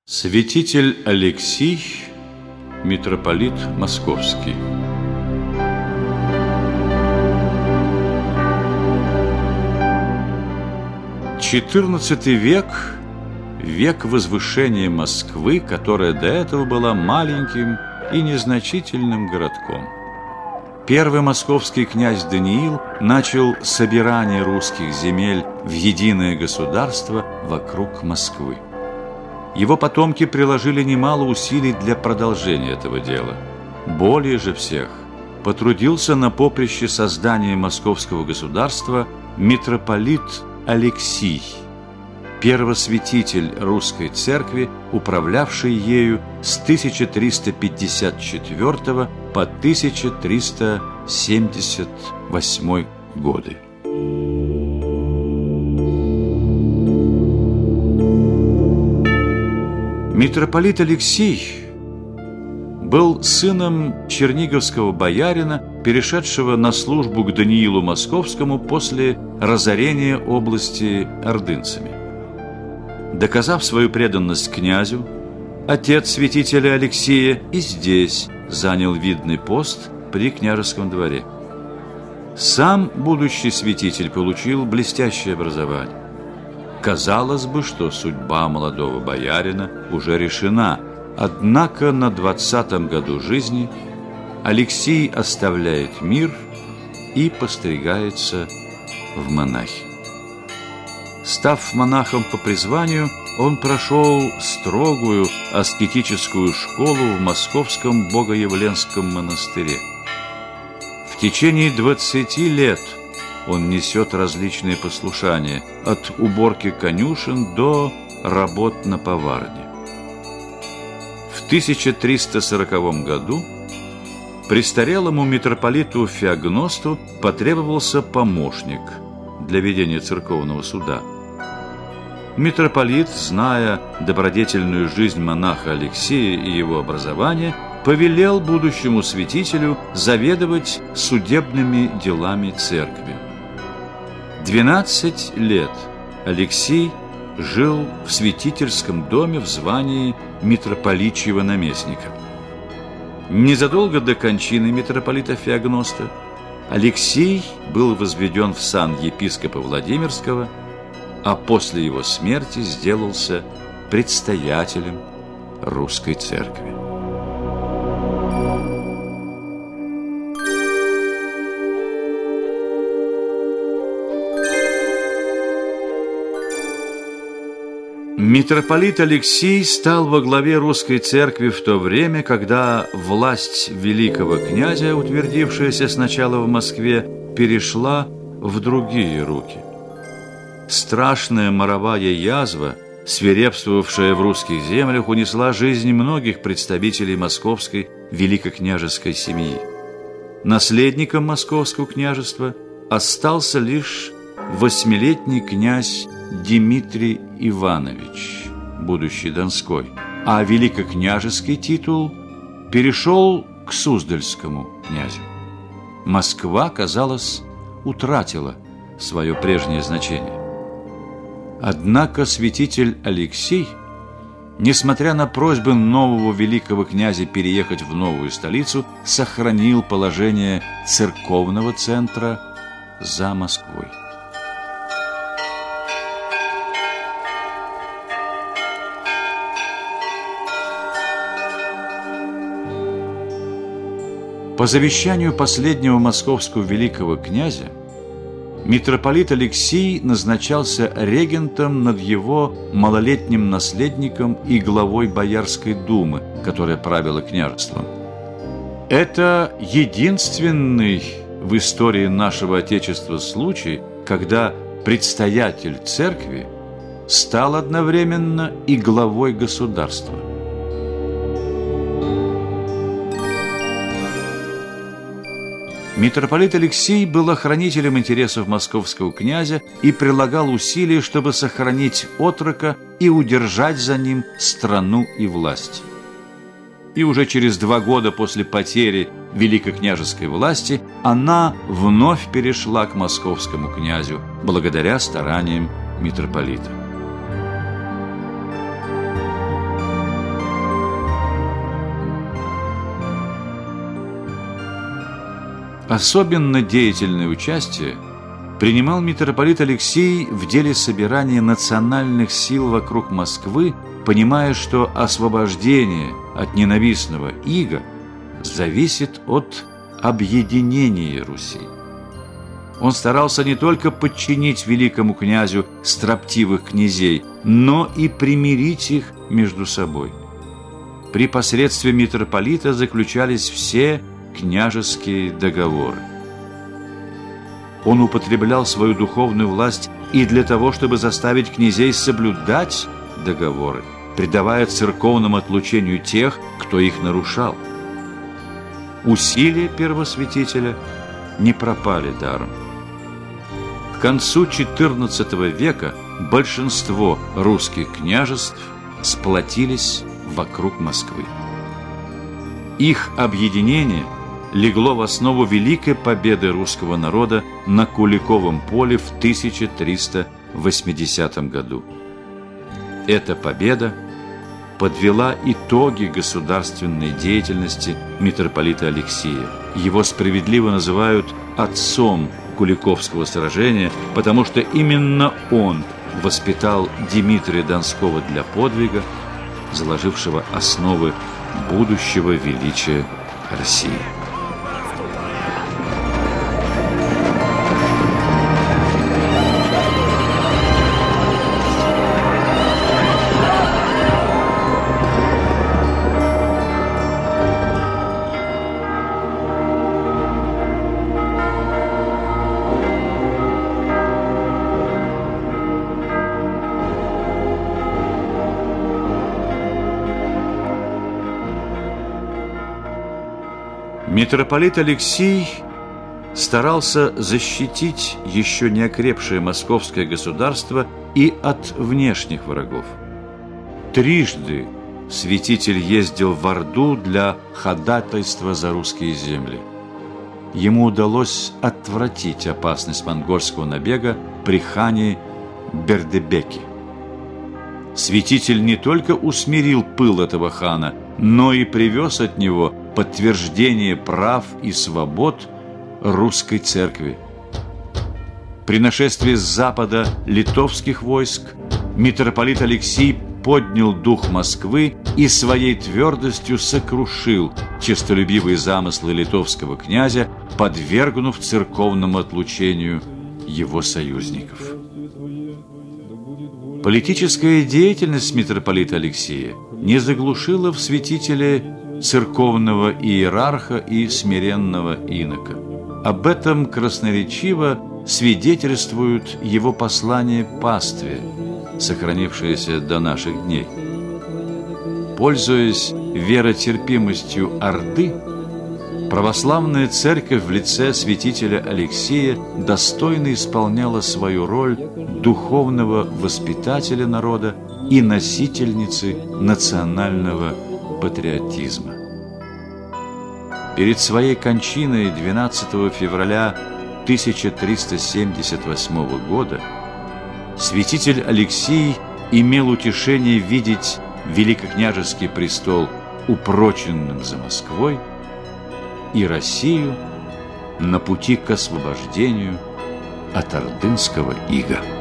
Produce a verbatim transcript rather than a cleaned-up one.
Святитель Алексий, митрополит Московский. четырнадцатый век – век возвышения Москвы, которая до этого была маленьким и незначительным городком. Первый московский князь Даниил начал собирание русских земель в единое государство вокруг Москвы. Его потомки приложили немало усилий для продолжения этого дела. Более же всех потрудился на поприще создания московского государства митрополит Алексий, первосвятитель русской церкви, управлявший ею с тысяча триста пятьдесят четвёртого по тысяча триста семьдесят восьмой годы. Митрополит Алексий был сыном черниговского боярина, перешедшего на службу к Даниилу Московскому после разорения области ордынцами. Доказав свою преданность князю, отец святителя Алексия и здесь занял видный пост при княжеском дворе. Сам будущий святитель получил блестящее образование. Казалось бы, что судьба молодого боярина уже решена, однако на двадцатом году жизни Алексий оставляет мир и постригается в монахи. Став монахом по призванию, он прошел строгую аскетическую школу в Московском Богоявленском монастыре. В течение двадцати лет он несет различные послушания, от уборки конюшен до работ на поварне. В тысяча триста сороковом году престарелому митрополиту Феогносту потребовался помощник для ведения церковного суда. Митрополит, зная добродетельную жизнь монаха Алексия и его образование, повелел будущему святителю заведовать судебными делами церкви. Двенадцать лет Алексий жил в святительском доме в звании митрополичьего наместника. Незадолго до кончины митрополита Феогноста Алексий был возведен в сан епископа Владимирского, а после его смерти сделался предстоятелем русской церкви. Митрополит Алексий стал во главе русской церкви в то время, когда власть великого князя, утвердившаяся сначала в Москве, перешла в другие руки. Страшная моровая язва, свирепствовавшая в русских землях, унесла жизнь многих представителей московской великокняжеской семьи. Наследником московского княжества остался лишь восьмилетний князь Дмитрий Иванович, будущий Донской, а великокняжеский титул перешел к Суздальскому князю. Москва, казалось, утратила свое прежнее значение. Однако святитель Алексий, несмотря на просьбы нового великого князя переехать в новую столицу, сохранил положение церковного центра за Москвой. По завещанию последнего московского великого князя митрополит Алексий назначался регентом над его малолетним наследником и главой Боярской думы, которая правила княжеством. Это единственный в истории нашего Отечества случай, когда предстоятель церкви стал одновременно и главой государства. Митрополит Алексий был охранителем интересов московского князя и прилагал усилия, чтобы сохранить отрока и удержать за ним страну и власть. И уже через два года после потери великокняжеской власти она вновь перешла к московскому князю благодаря стараниям митрополита. Особенно деятельное участие принимал митрополит Алексий в деле собирания национальных сил вокруг Москвы, понимая, что освобождение от ненавистного ига зависит от объединения Руси. Он старался не только подчинить великому князю строптивых князей, но и примирить их между собой. При посредстве митрополита заключались все княжеские договоры. Он употреблял свою духовную власть и для того, чтобы заставить князей соблюдать договоры, придавая церковному отлучению тех, кто их нарушал. Усилия первосвятителя не пропали даром. К концу четырнадцатого века большинство русских княжеств сплотились вокруг Москвы. Их объединение легло в основу великой победы русского народа на Куликовом поле в тысяча триста восьмидесятом году. Эта победа подвела итоги государственной деятельности митрополита Алексия. Его справедливо называют отцом Куликовского сражения, потому что именно он воспитал Дмитрия Донского для подвига, заложившего основы будущего величия России. Митрополит Алексий старался защитить еще не окрепшее московское государство и от внешних врагов. Трижды святитель ездил в Орду для ходатайства за русские земли. Ему удалось отвратить опасность монгольского набега при хане Бердебеке. Святитель не только усмирил пыл этого хана, но и привез от него подтверждение прав и свобод русской церкви. При нашествии с запада литовских войск митрополит Алексий поднял дух Москвы и своей твердостью сокрушил честолюбивые замыслы литовского князя, подвергнув церковному отлучению его союзников. Политическая деятельность митрополита Алексия не заглушила в святителе церковного иерарха и смиренного инока. Об этом красноречиво свидетельствуют его послания пастве, сохранившиеся до наших дней. Пользуясь веротерпимостью Орды, православная церковь в лице святителя Алексия достойно исполняла свою роль духовного воспитателя народа и носительницы национального патриотизма. Перед своей кончиной двенадцатого февраля тысяча триста семьдесят восьмого года святитель Алексий имел утешение видеть великокняжеский престол упроченным за Москвой и Россию на пути к освобождению от ордынского ига.